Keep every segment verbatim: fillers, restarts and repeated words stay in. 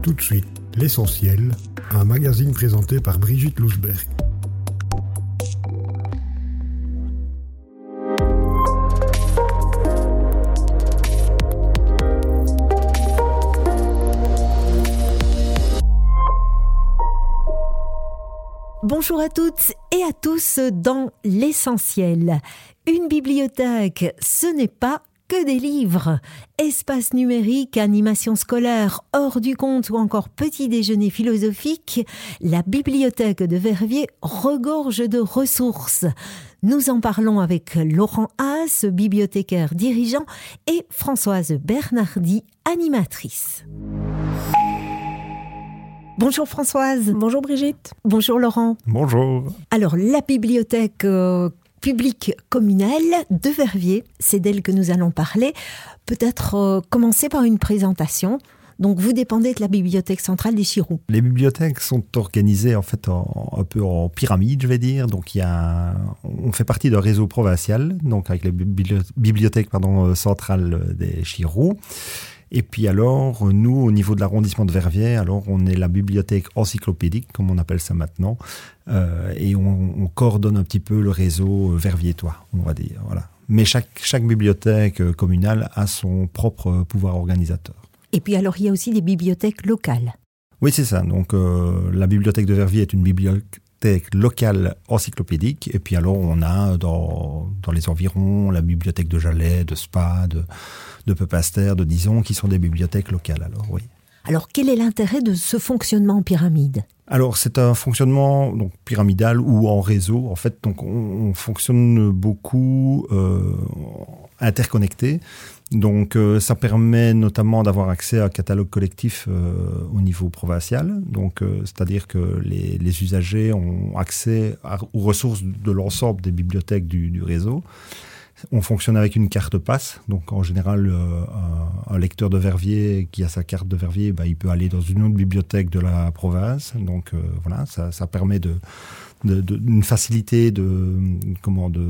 Tout de suite, L'Essentiel, un magazine présenté par Brigitte Lousberg. Bonjour à toutes et à tous dans L'Essentiel. Une bibliothèque, ce n'est pas que des livres. Espace numérique, animation scolaire, hors du compte ou encore petit déjeuner philosophique, la bibliothèque de Verviers regorge de ressources. Nous en parlons avec Laurent Haas, bibliothécaire dirigeant, et Françoise Bernardi, animatrice. Bonjour Françoise. Bonjour Brigitte. Bonjour Laurent. Bonjour. Alors la bibliothèque euh, publique communale de Verviers, c'est d'elle que nous allons parler. Peut-être euh, commencer par une présentation. Donc vous dépendez de la bibliothèque centrale des Chiroux. Les bibliothèques sont organisées en fait en, un peu en pyramide, je vais dire. Donc il y a, on fait partie d'un réseau provincial, donc avec la bibliothèque pardon, centrale des Chiroux. Et puis alors, nous, au niveau de l'arrondissement de Verviers, alors on est la bibliothèque encyclopédique, comme on appelle ça maintenant, euh, et on, on coordonne un petit peu le réseau verviétois, on va dire. Voilà. Mais chaque, chaque bibliothèque communale a son propre pouvoir organisateur. Et puis alors, il y a aussi des bibliothèques locales. Oui, c'est ça. Donc, euh, la bibliothèque de Verviers est une bibliothèque locale encyclopédique. Et puis alors, on a dans, dans les environs la bibliothèque de Jalais, de Spa, de, de Peupaster, de Dizon, qui sont des bibliothèques locales. Alors, oui. Alors, quel est l'intérêt de ce fonctionnement en pyramide ? Alors, c'est un fonctionnement donc, pyramidal ou en réseau. En fait, donc, on, on fonctionne beaucoup euh, interconnecté. Donc, euh, ça permet notamment d'avoir accès à un catalogue collectif euh, au niveau provincial. Donc, euh, c'est-à-dire que les, les usagers ont accès à, aux ressources de l'ensemble des bibliothèques du, du réseau. On fonctionne avec une carte passe. Donc, en général, euh, un, un lecteur de Verviers qui a sa carte de Verviers, bah, il peut aller dans une autre bibliothèque de la province. Donc, euh, voilà, ça, ça permet de, de, de, une facilité de, comment, de,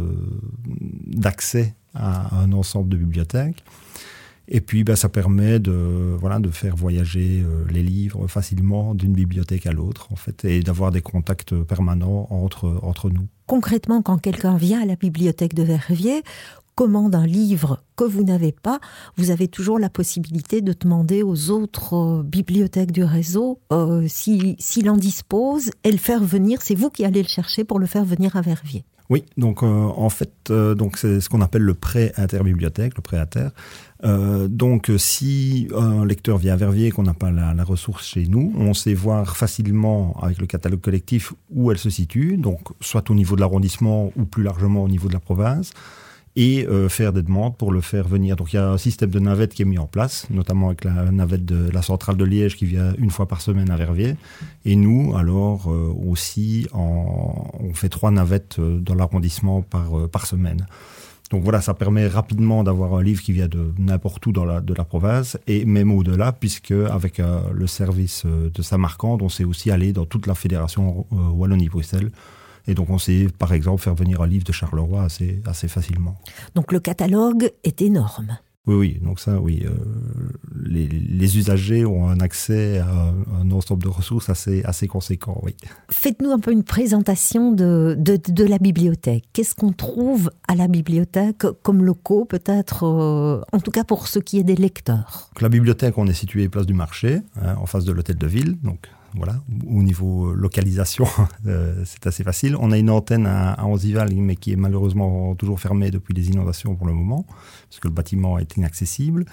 d'accès à un ensemble de bibliothèques. Et puis, bah, ça permet de, voilà, de faire voyager euh, les livres facilement d'une bibliothèque à l'autre, en fait, et d'avoir des contacts permanents entre, entre nous. Concrètement, quand quelqu'un vient à la bibliothèque de Verviers, commande un livre que vous n'avez pas, vous avez toujours la possibilité de demander aux autres euh, bibliothèques du réseau euh, si, s'il en dispose et le faire venir. C'est vous qui allez le chercher pour le faire venir à Verviers. Oui, donc euh, en fait, euh, donc c'est ce qu'on appelle le prêt interbibliothèque, le prêt inter. Euh, donc si un lecteur vient à Verviers et qu'on n'a pas la, la ressource chez nous, on sait voir facilement avec le catalogue collectif où elle se situe, donc soit au niveau de l'arrondissement ou plus largement au niveau de la province, et euh, faire des demandes pour le faire venir. Donc il y a un système de navette qui est mis en place, notamment avec la navette de la centrale de Liège qui vient une fois par semaine à Verviers. Et nous, alors euh, aussi, en, on fait trois navettes dans l'arrondissement par, euh, par semaine. Donc voilà, ça permet rapidement d'avoir un livre qui vient de n'importe où dans la, de la province, et même au-delà, puisque avec euh, le service de Samarcande, on sait aussi aller dans toute la fédération euh, Wallonie-Bruxelles. Et donc, on sait, par exemple, faire venir un livre de Charleroi assez, assez facilement. Donc, le catalogue est énorme. Oui, oui. Donc ça, oui. Euh, les, les usagers ont un accès à un ensemble de ressources assez, assez conséquent, oui. Faites-nous un peu une présentation de, de, de la bibliothèque. Qu'est-ce qu'on trouve à la bibliothèque comme locaux, peut-être, euh, en tout cas pour ce qui est des lecteurs ? Donc, la bibliothèque, on est situé place du Marché, hein, en face de l'hôtel de ville, donc... Voilà, au niveau localisation, euh, c'est assez facile. On a une antenne à, à Anzival, mais qui est malheureusement toujours fermée depuis les inondations pour le moment, parce que le bâtiment est inaccessible.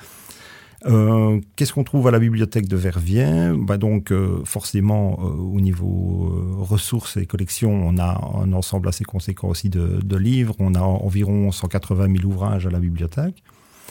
Euh, qu'est-ce qu'on trouve à la bibliothèque de Verviers ? Bah donc, euh, forcément, euh, au niveau euh, ressources et collections, on a un ensemble assez conséquent aussi de, de livres. On a environ cent quatre-vingt mille ouvrages à la bibliothèque.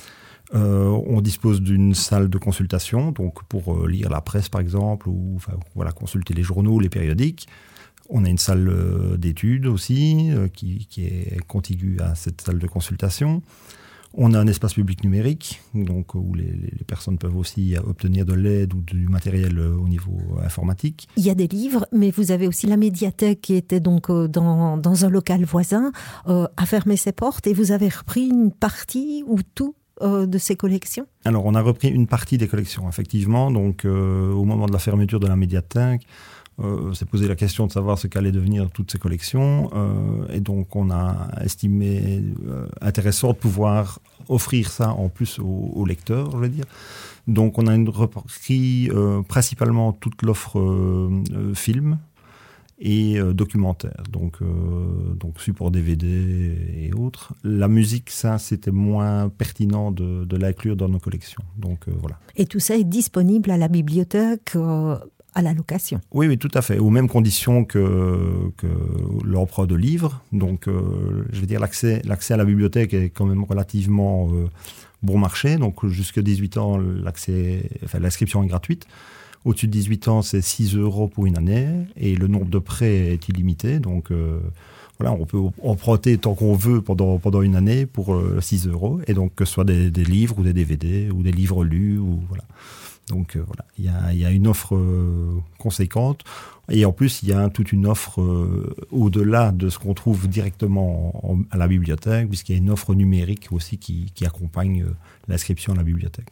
Euh, on dispose d'une salle de consultation, donc pour euh, lire la presse par exemple, ou enfin, voilà, consulter les journaux, les périodiques. On a une salle euh, d'études aussi, euh, qui, qui est contiguë à cette salle de consultation. On a un espace public numérique, donc où les, les personnes peuvent aussi obtenir de l'aide ou du matériel au niveau informatique. Il y a des livres, mais vous avez aussi la médiathèque qui était donc dans, dans un local voisin, euh, a fermé ses portes et vous avez repris une partie ou tout euh, de ces collections ? Alors, on a repris une partie des collections, effectivement. Donc, euh, au moment de la fermeture de la médiathèque, euh, s'est posé la question de savoir ce qu'allaient devenir toutes ces collections. Euh, et donc, on a estimé euh, intéressant de pouvoir offrir ça en plus aux, aux lecteurs, je veux dire. Donc, on a une repris euh, principalement toute l'offre euh, euh, film et euh, documentaire, donc, euh, donc support D V D et autres. La musique, ça, c'était moins pertinent de, de l'inclure dans nos collections. Donc, euh, voilà. Et tout ça est disponible à la bibliothèque euh, à la location ? Oui, oui, tout à fait, aux mêmes conditions que, que l'emprunt de livres. Donc, euh, je veux dire, l'accès, l'accès à la bibliothèque est quand même relativement euh, bon marché. Donc, jusqu'à dix-huit ans, l'accès, enfin, l'inscription est gratuite. Au-dessus de dix-huit ans, c'est six euros pour une année et le nombre de prêts est illimité. Donc, euh, voilà, on peut emprunter tant qu'on veut pendant, pendant une année pour euh, six euros. Et donc, que ce soit des, des livres ou des D V D ou des livres lus. Ou, voilà. Donc, euh, voilà, il y a, il y a une offre euh, conséquente. Et en plus, il y a toute une offre euh, au-delà de ce qu'on trouve directement en, à la bibliothèque, puisqu'il y a une offre numérique aussi qui, qui accompagne euh, l'inscription à la bibliothèque.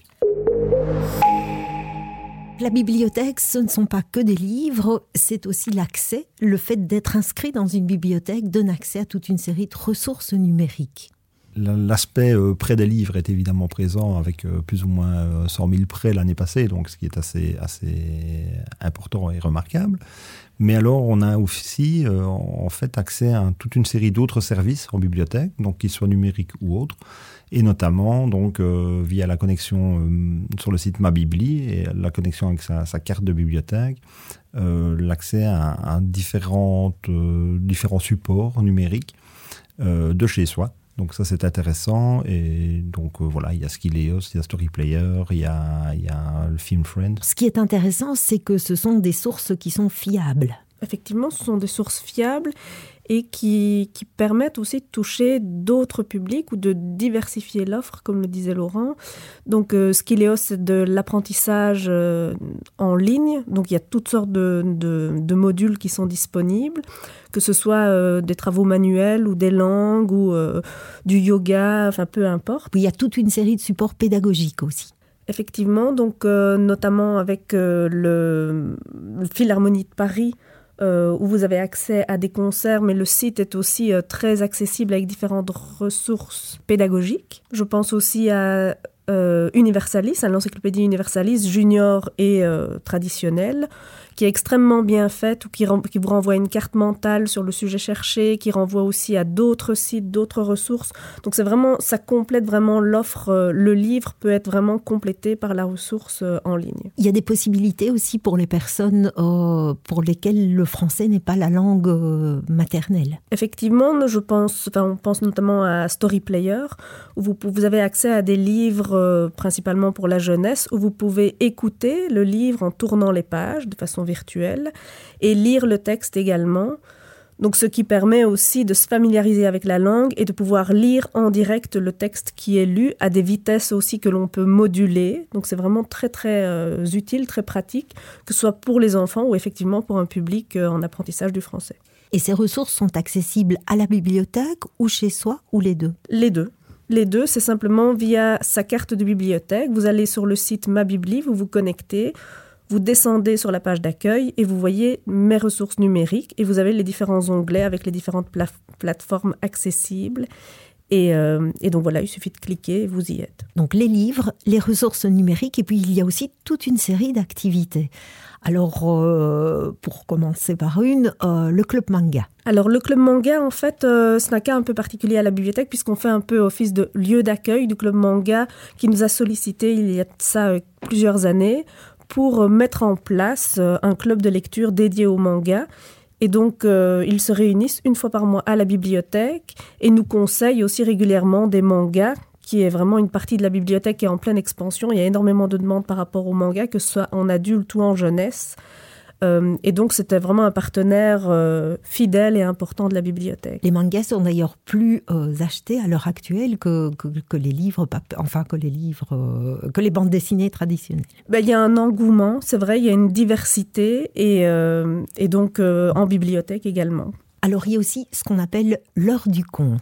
La bibliothèque, ce ne sont pas que des livres, c'est aussi l'accès. Le fait d'être inscrit dans une bibliothèque donne accès à toute une série de ressources numériques. L'aspect euh, prêt des livres est évidemment présent avec euh, plus ou moins euh, cent mille prêts l'année passée, donc ce qui est assez, assez important et remarquable. Mais alors, on a aussi euh, en fait accès à toute une série d'autres services en bibliothèque, donc qu'ils soient numériques ou autres, et notamment donc euh, via la connexion euh, sur le site Ma Bibli et la connexion avec sa, sa carte de bibliothèque, euh, l'accès à, à différentes, euh, différents supports numériques euh, de chez soi. Donc ça, c'est intéressant. Et donc, euh, voilà, il y a Skileos, il y a Storyplayer, il y a, il y a le Film Friend. Ce qui est intéressant, c'est que ce sont des sources qui sont fiables. Effectivement, ce sont des sources fiables et qui, qui permettent aussi de toucher d'autres publics ou de diversifier l'offre, comme le disait Laurent. Donc, euh, Skileos, c'est de l'apprentissage euh, en ligne. Donc, il y a toutes sortes de, de, de modules qui sont disponibles, que ce soit euh, des travaux manuels ou des langues ou euh, du yoga, enfin, peu importe. Puis, il y a toute une série de supports pédagogiques aussi. Effectivement, donc, euh, notamment avec euh, le, le Philharmonie de Paris, Euh, où vous avez accès à des concerts, mais le site est aussi euh, très accessible avec différentes ressources pédagogiques. Je pense aussi à euh, Universalis, à l'encyclopédie Universalis junior et euh, traditionnelle, qui est extrêmement bien faite, ou qui, ren- qui vous renvoie une carte mentale sur le sujet cherché, qui renvoie aussi à d'autres sites, d'autres ressources. Donc c'est vraiment, ça complète vraiment l'offre. Euh, le livre peut être vraiment complété par la ressource euh, en ligne. Il y a des possibilités aussi pour les personnes euh, pour lesquelles le français n'est pas la langue euh, maternelle. Effectivement, je pense, enfin, on pense notamment à Storyplayer, où vous, vous avez accès à des livres euh, principalement pour la jeunesse, où vous pouvez écouter le livre en tournant les pages de façon virtuelle et lire le texte également. Donc, ce qui permet aussi de se familiariser avec la langue et de pouvoir lire en direct le texte qui est lu à des vitesses aussi que l'on peut moduler. Donc, c'est vraiment très, très euh, utile, très pratique, que ce soit pour les enfants ou effectivement pour un public euh, en apprentissage du français. Et ces ressources sont accessibles à la bibliothèque ou chez soi ou les deux ? Les deux. Les deux, c'est simplement via sa carte de bibliothèque. Vous allez sur le site Ma Bibli, vous vous connectez, vous descendez sur la page d'accueil et vous voyez mes ressources numériques et vous avez les différents onglets avec les différentes pla- plateformes accessibles. Et, euh, et donc voilà, il suffit de cliquer et vous y êtes. Donc les livres, les ressources numériques et puis il y a aussi toute une série d'activités. Alors, euh, pour commencer par une, euh, le Club Manga. Alors, le Club Manga, en fait, euh, c'est un cas un peu particulier à la bibliothèque puisqu'on fait un peu office de lieu d'accueil du Club Manga qui nous a sollicité il y a de ça euh, plusieurs années pour euh, mettre en place euh, un club de lecture dédié au manga. Et donc, euh, ils se réunissent une fois par mois à la bibliothèque et nous conseillent aussi régulièrement des mangas, qui est vraiment une partie de la bibliothèque qui est en pleine expansion. Il y a énormément de demandes par rapport aux mangas, que ce soit en adulte ou en jeunesse. Euh, et donc, c'était vraiment un partenaire euh, fidèle et important de la bibliothèque. Les mangas sont d'ailleurs plus euh, achetés à l'heure actuelle que, que, que les livres, enfin que les livres, euh, que les bandes dessinées traditionnelles. Ben, il y a un engouement, c'est vrai, il y a une diversité et, euh, et donc euh, en bibliothèque également. Alors, il y a aussi ce qu'on appelle l'heure du conte.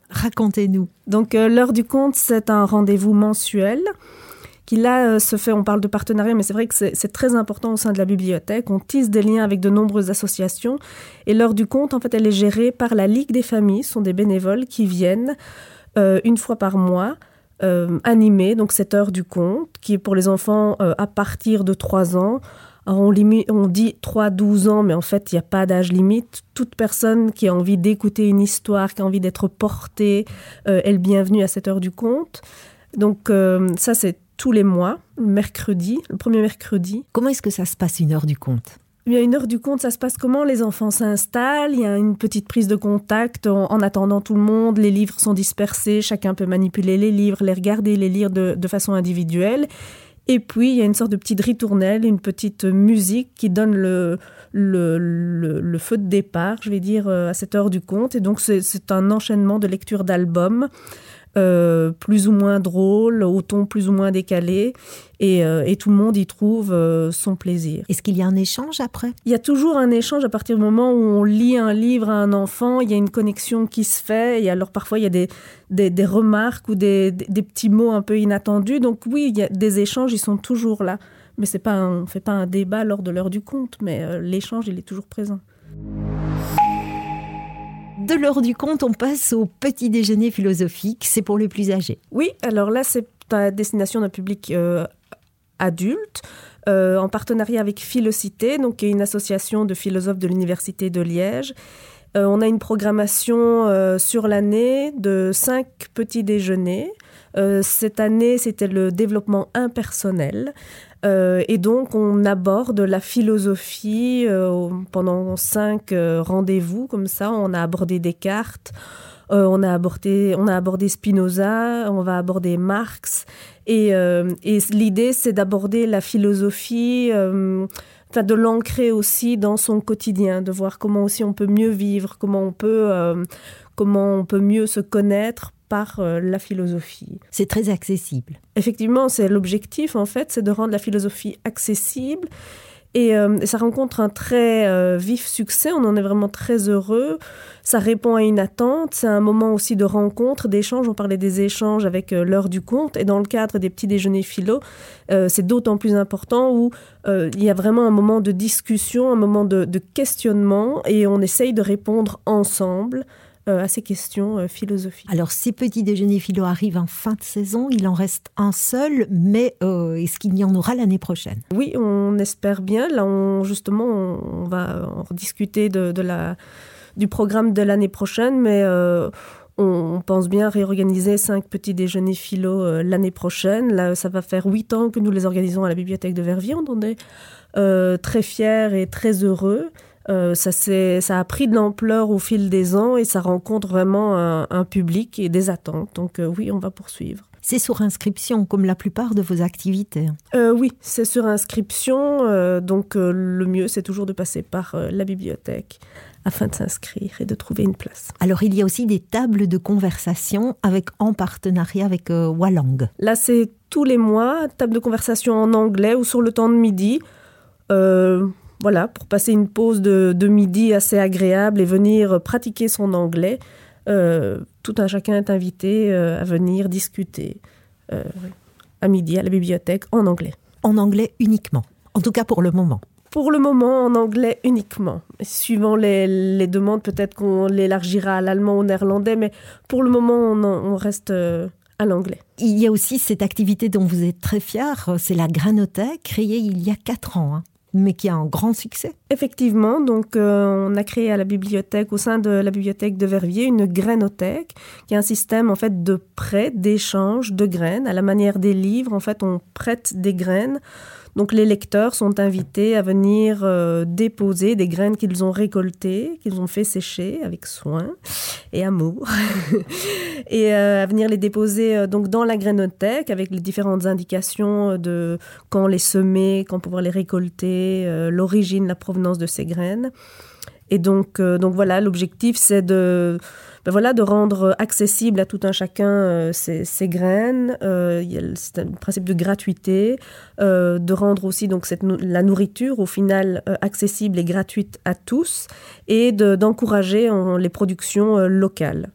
Racontez-nous. Donc, euh, l'heure du conte, c'est un rendez-vous mensuel qui là euh, se fait, on parle de partenariat, mais c'est vrai que c'est, c'est très important au sein de la bibliothèque. On tisse des liens avec de nombreuses associations. Et l'heure du conte, en fait, elle est gérée par la Ligue des familles. Ce sont des bénévoles qui viennent euh, une fois par mois euh, animer donc, cette heure du conte, qui est pour les enfants euh, à partir de trois ans. Alors on, limite, on dit trois à douze ans, mais en fait, il n'y a pas d'âge limite. Toute personne qui a envie d'écouter une histoire, qui a envie d'être portée, euh, est le bienvenu à cette heure du conte. Donc euh, ça, c'est tous les mois, le mercredi, le premier mercredi. Comment est-ce que ça se passe, une heure du conte ? Il y a une heure du conte, ça se passe comment ? Les enfants s'installent, il y a une petite prise de contact en, en attendant tout le monde. Les livres sont dispersés, chacun peut manipuler les livres, les regarder, les lire de, de façon individuelle. Et puis, il y a une sorte de petite ritournelle, une petite musique qui donne le, le, le, le feu de départ, je vais dire, à cette heure du conte. Et donc, c'est, c'est un enchaînement de lecture d'albums. Euh, plus ou moins drôle, au ton plus ou moins décalé, et, euh, et tout le monde y trouve euh, son plaisir. Est-ce qu'il y a un échange après ? Il y a toujours un échange à partir du moment où on lit un livre à un enfant, il y a une connexion qui se fait, et alors parfois il y a des, des, des remarques ou des, des, des petits mots un peu inattendus, donc oui, il y a des échanges, ils sont toujours là, mais c'est pas un, on ne fait pas un débat lors de l'heure du conte, mais euh, l'échange, il est toujours présent. De l'heure du conte, on passe au petit déjeuner philosophique. C'est pour les plus âgés. Oui, alors là, c'est à destination d'un public euh, adulte, euh, en partenariat avec Philocité, donc qui est une association de philosophes de l'Université de Liège. Euh, on a une programmation euh, sur l'année de cinq petits déjeuners. Euh, cette année, c'était le développement impersonnel. Euh, et donc, on aborde la philosophie euh, pendant cinq euh, rendez-vous, comme ça. On a abordé Descartes, euh, on, a abordé, on a abordé Spinoza, on va aborder Marx. Et, euh, et l'idée, c'est d'aborder la philosophie, euh, enfin, de l'ancrer aussi dans son quotidien, de voir comment aussi on peut mieux vivre, comment on peut, euh, comment on peut mieux se connaître par euh, la philosophie. C'est très accessible. Effectivement, c'est l'objectif, en fait, c'est de rendre la philosophie accessible. Et, euh, et ça rencontre un très euh, vif succès, on en est vraiment très heureux. Ça répond à une attente, c'est un moment aussi de rencontre, d'échange. On parlait des échanges avec euh, l'heure du conte. Et dans le cadre des petits déjeuners philo, euh, c'est d'autant plus important où euh, il y a vraiment un moment de discussion, un moment de, de questionnement. Et on essaye de répondre ensemble à ces questions euh, philosophiques. Alors, ces petits déjeuners philo arrivent en fin de saison. Il en reste un seul, mais euh, est-ce qu'il y en aura l'année prochaine ? Oui, on espère bien. Là, on, justement, on, on va en rediscuter de, de la, du programme de l'année prochaine, mais euh, on, on pense bien réorganiser cinq petits déjeuners philo euh, l'année prochaine. Là, ça va faire huit ans que nous les organisons à la bibliothèque de Verviers. On en est euh, très fiers et très heureux. Euh, ça, c'est, ça a pris de l'ampleur au fil des ans et ça rencontre vraiment un, un public et des attentes. Donc euh, oui, on va poursuivre. C'est sur inscription, comme la plupart de vos activités. euh, Oui, c'est sur inscription. Euh, donc euh, le mieux, c'est toujours de passer par euh, la bibliothèque afin de s'inscrire et de trouver une place. Alors, il y a aussi des tables de conversation avec, en partenariat avec euh, Walang. Là, c'est tous les mois, table de conversation en anglais ou sur le temps de midi. Euh... Voilà, pour passer une pause de, de midi assez agréable et venir pratiquer son anglais. Euh, tout un chacun est invité euh, à venir discuter euh, à midi à la bibliothèque en anglais. En anglais uniquement, en tout cas pour le moment. Pour le moment, en anglais uniquement. Suivant les, les demandes, peut-être qu'on l'élargira à l'allemand ou au néerlandais, mais pour le moment, on, en, on reste euh, à l'anglais. Il y a aussi cette activité dont vous êtes très fiers, c'est la Granothèque, créée il y a quatre ans. Hein. Mais qui a un grand succès. Effectivement, donc euh, on a créé à la bibliothèque, au sein de la bibliothèque de Verviers, une grainothèque, qui est un système en fait de prêt, d'échange de graines. À la manière des livres, en fait, on prête des graines. Donc les lecteurs sont invités à venir euh, déposer des graines qu'ils ont récoltées, qu'ils ont fait sécher avec soin et amour, et euh, à venir les déposer euh, donc dans la grainothèque avec les différentes indications de quand les semer, quand pouvoir les récolter, euh, l'origine, la provenance de ces graines. Et donc, euh, donc voilà, l'objectif c'est de, ben voilà, de rendre accessible à tout un chacun euh, ces, ces graines. Euh, il y a le, c'est un principe de gratuité, euh, de rendre aussi donc cette, la nourriture au final euh, accessible et gratuite à tous, et de, d'encourager en, les productions euh, locales,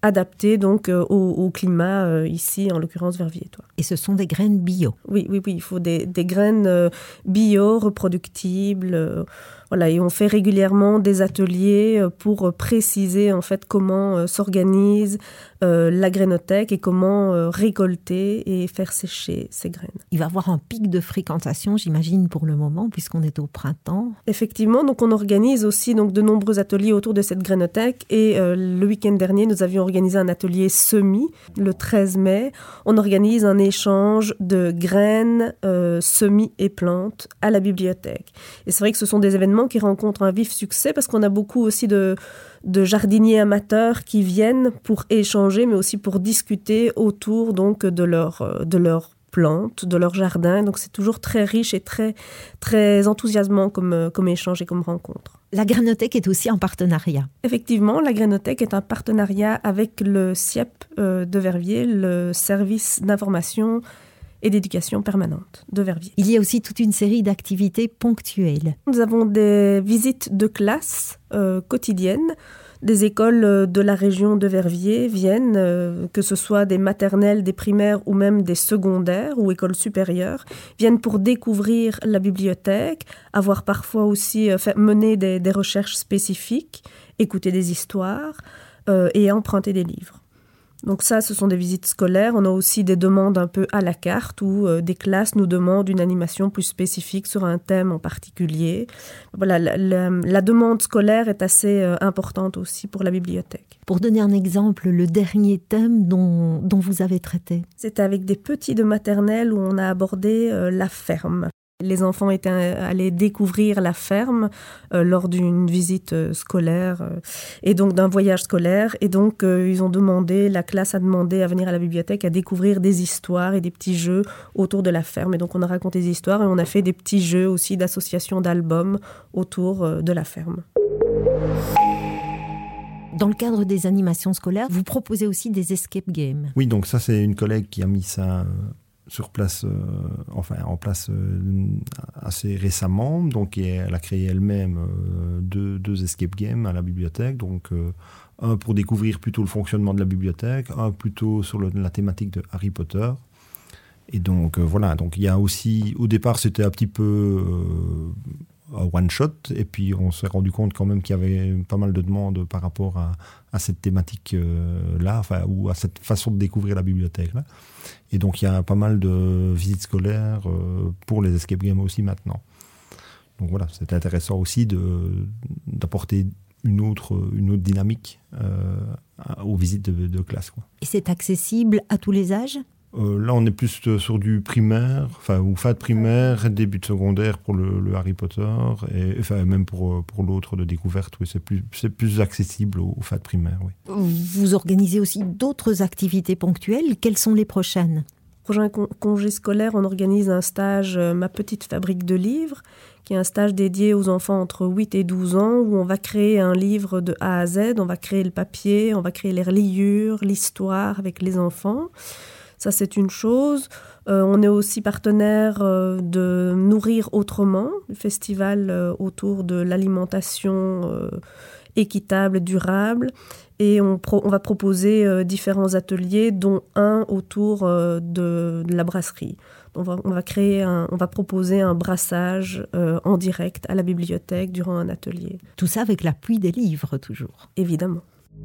adaptées donc euh, au, au climat euh, ici, en l'occurrence Verviers-Étoile. Et ce sont des graines bio. Oui, oui, oui, il faut des, des graines euh, bio, reproductibles. Euh, voilà, et on fait régulièrement des ateliers euh, pour préciser en fait comment euh, s'organise euh, la grainothèque et comment euh, récolter et faire sécher ces graines. Il va y avoir un pic de fréquentation, j'imagine, pour le moment, puisqu'on est au printemps. Effectivement, donc on organise aussi donc de nombreux ateliers autour de cette grainothèque. Et euh, le week-end dernier, nous avions organisé un atelier semis le treize mai. On organise un échange de graines, euh, semis et plantes à la bibliothèque. Et c'est vrai que ce sont des événements qui rencontrent un vif succès parce qu'on a beaucoup aussi de, de jardiniers amateurs qui viennent pour échanger, mais aussi pour discuter autour donc de leur, de leur plantes, de leur jardin. Donc c'est toujours très riche et très, très enthousiasmant comme, comme échange et comme rencontre. La grainothèque est aussi en partenariat. Effectivement, la grainothèque est un partenariat avec le S I E P euh, de Verviers, le service d'information et d'éducation permanente de Verviers. Il y a aussi toute une série d'activités ponctuelles. Nous avons des visites de classe euh, quotidiennes. Des écoles de la région de Verviers viennent, euh, que ce soit des maternelles, des primaires ou même des secondaires ou écoles supérieures, viennent pour découvrir la bibliothèque, avoir parfois aussi euh, fait, mener des, des recherches spécifiques, écouter des histoires euh, et emprunter des livres. Donc ça, ce sont des visites scolaires. On a aussi des demandes un peu à la carte où euh, des classes nous demandent une animation plus spécifique sur un thème en particulier. Voilà, la, la, la demande scolaire est assez euh, importante aussi pour la bibliothèque. Pour donner un exemple, le dernier thème dont, dont vous avez traité. C'était avec des petits de maternelle où on a abordé euh, la ferme. Les enfants étaient allés découvrir la ferme euh, lors d'une visite euh, scolaire euh, et donc d'un voyage scolaire. Et donc, euh, ils ont demandé, la classe a demandé à venir à la bibliothèque à découvrir des histoires et des petits jeux autour de la ferme. Et donc, on a raconté des histoires et on a fait des petits jeux aussi d'association d'albums autour euh, de la ferme. Dans le cadre des animations scolaires, vous proposez aussi des escape games. Oui, donc ça, c'est une collègue qui a mis ça... Euh... sur place, euh, enfin en place euh, assez récemment. Donc elle a créé elle-même euh, deux, deux escape games à la bibliothèque. Donc euh, un pour découvrir plutôt le fonctionnement de la bibliothèque, un plutôt sur le, la thématique de Harry Potter. Et donc euh, voilà, donc il y a aussi, au départ c'était un petit peu euh, un one shot, et puis on s'est rendu compte quand même qu'il y avait pas mal de demandes par rapport à, à cette thématique euh, là, enfin, ou à cette façon de découvrir la bibliothèque là. Et donc, il y a pas mal de visites scolaires euh, pour les escape games aussi maintenant. Donc voilà, c'est intéressant aussi de, d'apporter une autre, une autre dynamique euh, aux visites de, de classe, quoi. Et c'est accessible à tous les âges ? Euh, là, on est plus sur du primaire, enfin, ou fin de primaire, début de secondaire pour le, le Harry Potter, et enfin, même pour, pour l'autre de découverte, oui, c'est plus, c'est plus accessible au, au fin de primaire, oui. Vous organisez aussi d'autres activités ponctuelles. Quelles sont les prochaines ? Prochain con- congé scolaire, on organise un stage euh, Ma petite fabrique de livres, qui est un stage dédié aux enfants entre huit et douze ans, où on va créer un livre de A à Z, on va créer le papier, on va créer les reliures, l'histoire avec les enfants. Ça, c'est une chose. Euh, on est aussi partenaire euh, de Nourrir Autrement, le festival euh, autour de l'alimentation euh, équitable, durable. Et on, pro- on va proposer euh, différents ateliers, dont un autour euh, de, de la brasserie. On va, on va créer un, on va proposer un brassage euh, en direct à la bibliothèque durant un atelier. Tout ça avec l'appui des livres, toujours. Évidemment.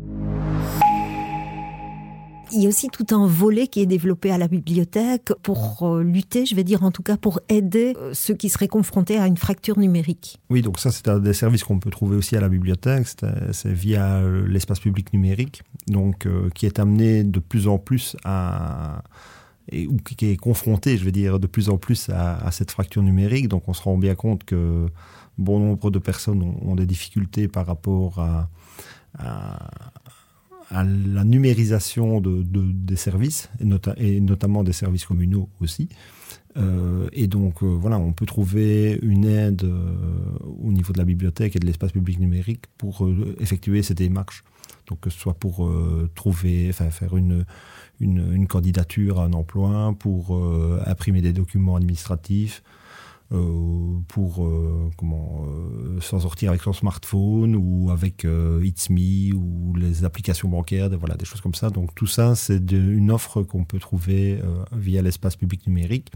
Il y a aussi tout un volet qui est développé à la bibliothèque pour euh, lutter, je vais dire en tout cas pour aider euh, ceux qui seraient confrontés à une fracture numérique. Oui, donc ça c'est un des services qu'on peut trouver aussi à la bibliothèque, c'est, c'est via euh, l'espace public numérique, donc euh, qui est amené de plus en plus à... Et, ou qui est confronté, je vais dire, de plus en plus à, à cette fracture numérique. Donc on se rend bien compte que bon nombre de personnes ont, ont des difficultés par rapport à... à à la numérisation de, de, des services, et, nota- et notamment des services communaux aussi. Euh, et donc, euh, voilà, on peut trouver une aide euh, au niveau de la bibliothèque et de l'espace public numérique pour euh, effectuer ces démarches. Donc, que ce soit pour euh, trouver, enfin, faire une, une, une candidature à un emploi, pour euh, imprimer des documents administratifs, euh, pour euh, comment euh, s'en sortir avec son smartphone ou avec euh, It's Me ou les applications bancaires, des, voilà, des choses comme ça. Donc tout ça, c'est de, une offre qu'on peut trouver euh, via l'espace public numérique.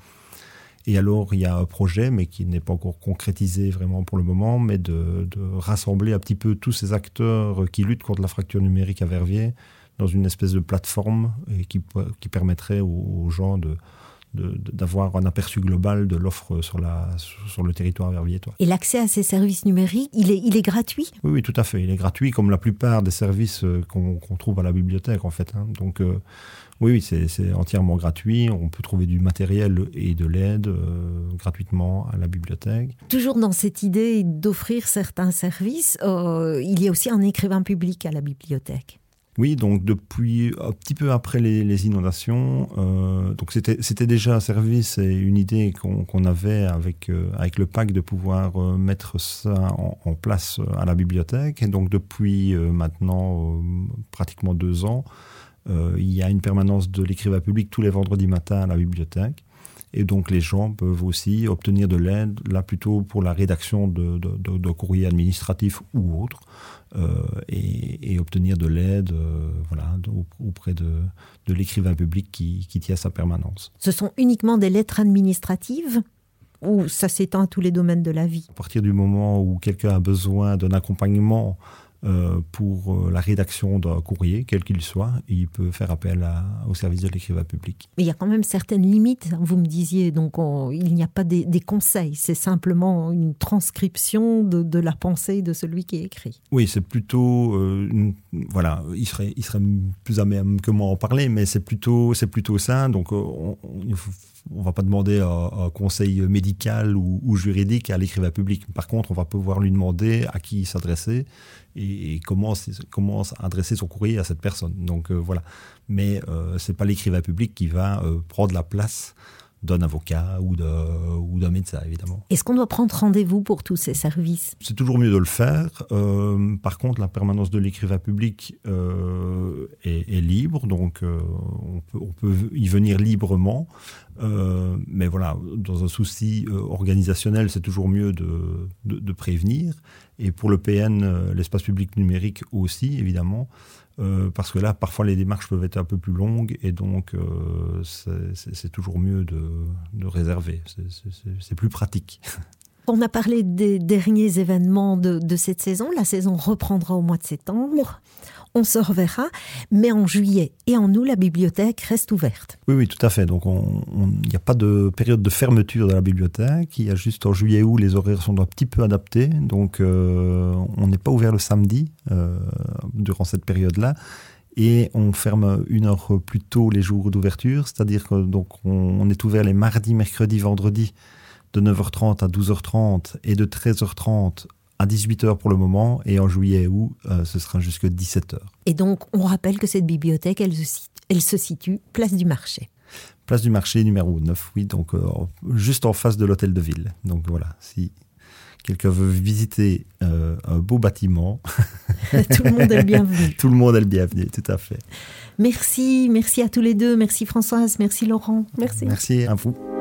Et alors, il y a un projet, mais qui n'est pas encore concrétisé vraiment pour le moment, mais de, de rassembler un petit peu tous ces acteurs qui luttent contre la fracture numérique à Verviers dans une espèce de plateforme et qui, qui permettrait aux, aux gens de, de, d'avoir un aperçu global de l'offre sur, la, sur le territoire verviétois. Et l'accès à ces services numériques, il est, il est gratuit ? Oui, oui, tout à fait. Il est gratuit, comme la plupart des services qu'on, qu'on trouve à la bibliothèque, en fait. Hein. Donc, euh, oui, oui, c'est, c'est entièrement gratuit. On peut trouver du matériel et de l'aide euh, gratuitement à la bibliothèque. Toujours dans cette idée d'offrir certains services, euh, il y a aussi un écrivain public à la bibliothèque. Oui, donc depuis un petit peu après les, les inondations, euh, donc c'était, c'était déjà un service et une idée qu'on, qu'on avait avec, euh, avec le P A C de pouvoir euh, mettre ça en, en place à la bibliothèque. Et donc depuis euh, maintenant euh, pratiquement deux ans, euh, il y a une permanence de l'écrivain public tous les vendredis matins à la bibliothèque. Et donc les gens peuvent aussi obtenir de l'aide, là plutôt pour la rédaction de, de, de, de courriers administratifs ou autres, euh, et, et obtenir de l'aide euh, voilà, de, auprès de, de l'écrivain public qui, qui tient sa permanence. Ce sont uniquement des lettres administratives ou ça s'étend à tous les domaines de la vie ? À partir du moment où quelqu'un a besoin d'un accompagnement Euh, pour euh, la rédaction d'un courrier, quel qu'il soit, il peut faire appel à, au service de l'écrivain public. Mais il y a quand même certaines limites, vous me disiez, donc on, il n'y a pas des, des conseils, c'est simplement une transcription de, de la pensée de celui qui écrit. Oui, c'est plutôt, euh, une, voilà, il serait, il serait plus à même que moi en parler, mais c'est plutôt, c'est plutôt ça, donc on, on ne va pas demander un, un conseil médical ou, ou juridique à l'écrivain public. Par contre, on va pouvoir lui demander à qui s'adresser et, et comment, comment adresser son courrier à cette personne. Donc euh, voilà. Mais euh, ce n'est pas l'écrivain public qui va euh, prendre la place d'un avocat ou, de, ou d'un médecin, évidemment. Est-ce qu'on doit prendre rendez-vous pour tous ces services ? C'est toujours mieux de le faire. Euh, par contre, la permanence de l'écrivain public euh, est, est libre, donc euh, on, peut, on peut y venir librement. Euh, mais voilà, dans un souci euh, organisationnel, c'est toujours mieux de, de, de prévenir. Et pour le P N, euh, l'espace public numérique aussi, évidemment. Euh, parce que là, parfois, les démarches peuvent être un peu plus longues et donc euh, c'est, c'est, c'est toujours mieux de, de réserver. C'est, c'est, c'est plus pratique. On a parlé des derniers événements de, de cette saison. La saison reprendra au mois de septembre. On se reverra. Mais en juillet et en août, la bibliothèque reste ouverte. Oui, oui, tout à fait. Donc, il n'y a pas de période de fermeture de la bibliothèque. Il y a juste en juillet et août, les horaires sont un petit peu adaptés. Donc, euh, on n'est pas ouvert le samedi euh, durant cette période-là. Et on ferme une heure plus tôt les jours d'ouverture. C'est-à-dire que donc, on, on est ouvert les mardis, mercredis, vendredis de neuf heures trente à douze heures trente et de treize heures trente à dix-huit heures pour le moment, et en juillet et août, euh, ce sera jusqu'à dix-sept heures. Et donc, on rappelle que cette bibliothèque, elle se situe, elle se situe place du Marché. Place du Marché numéro neuf, oui, donc euh, juste en face de l'hôtel de ville. Donc voilà, si quelqu'un veut visiter euh, un beau bâtiment... Tout le monde est le bienvenu. Tout le monde est le bienvenu, tout à fait. Merci, merci à tous les deux. Merci Françoise, merci Laurent. Merci. Merci à vous.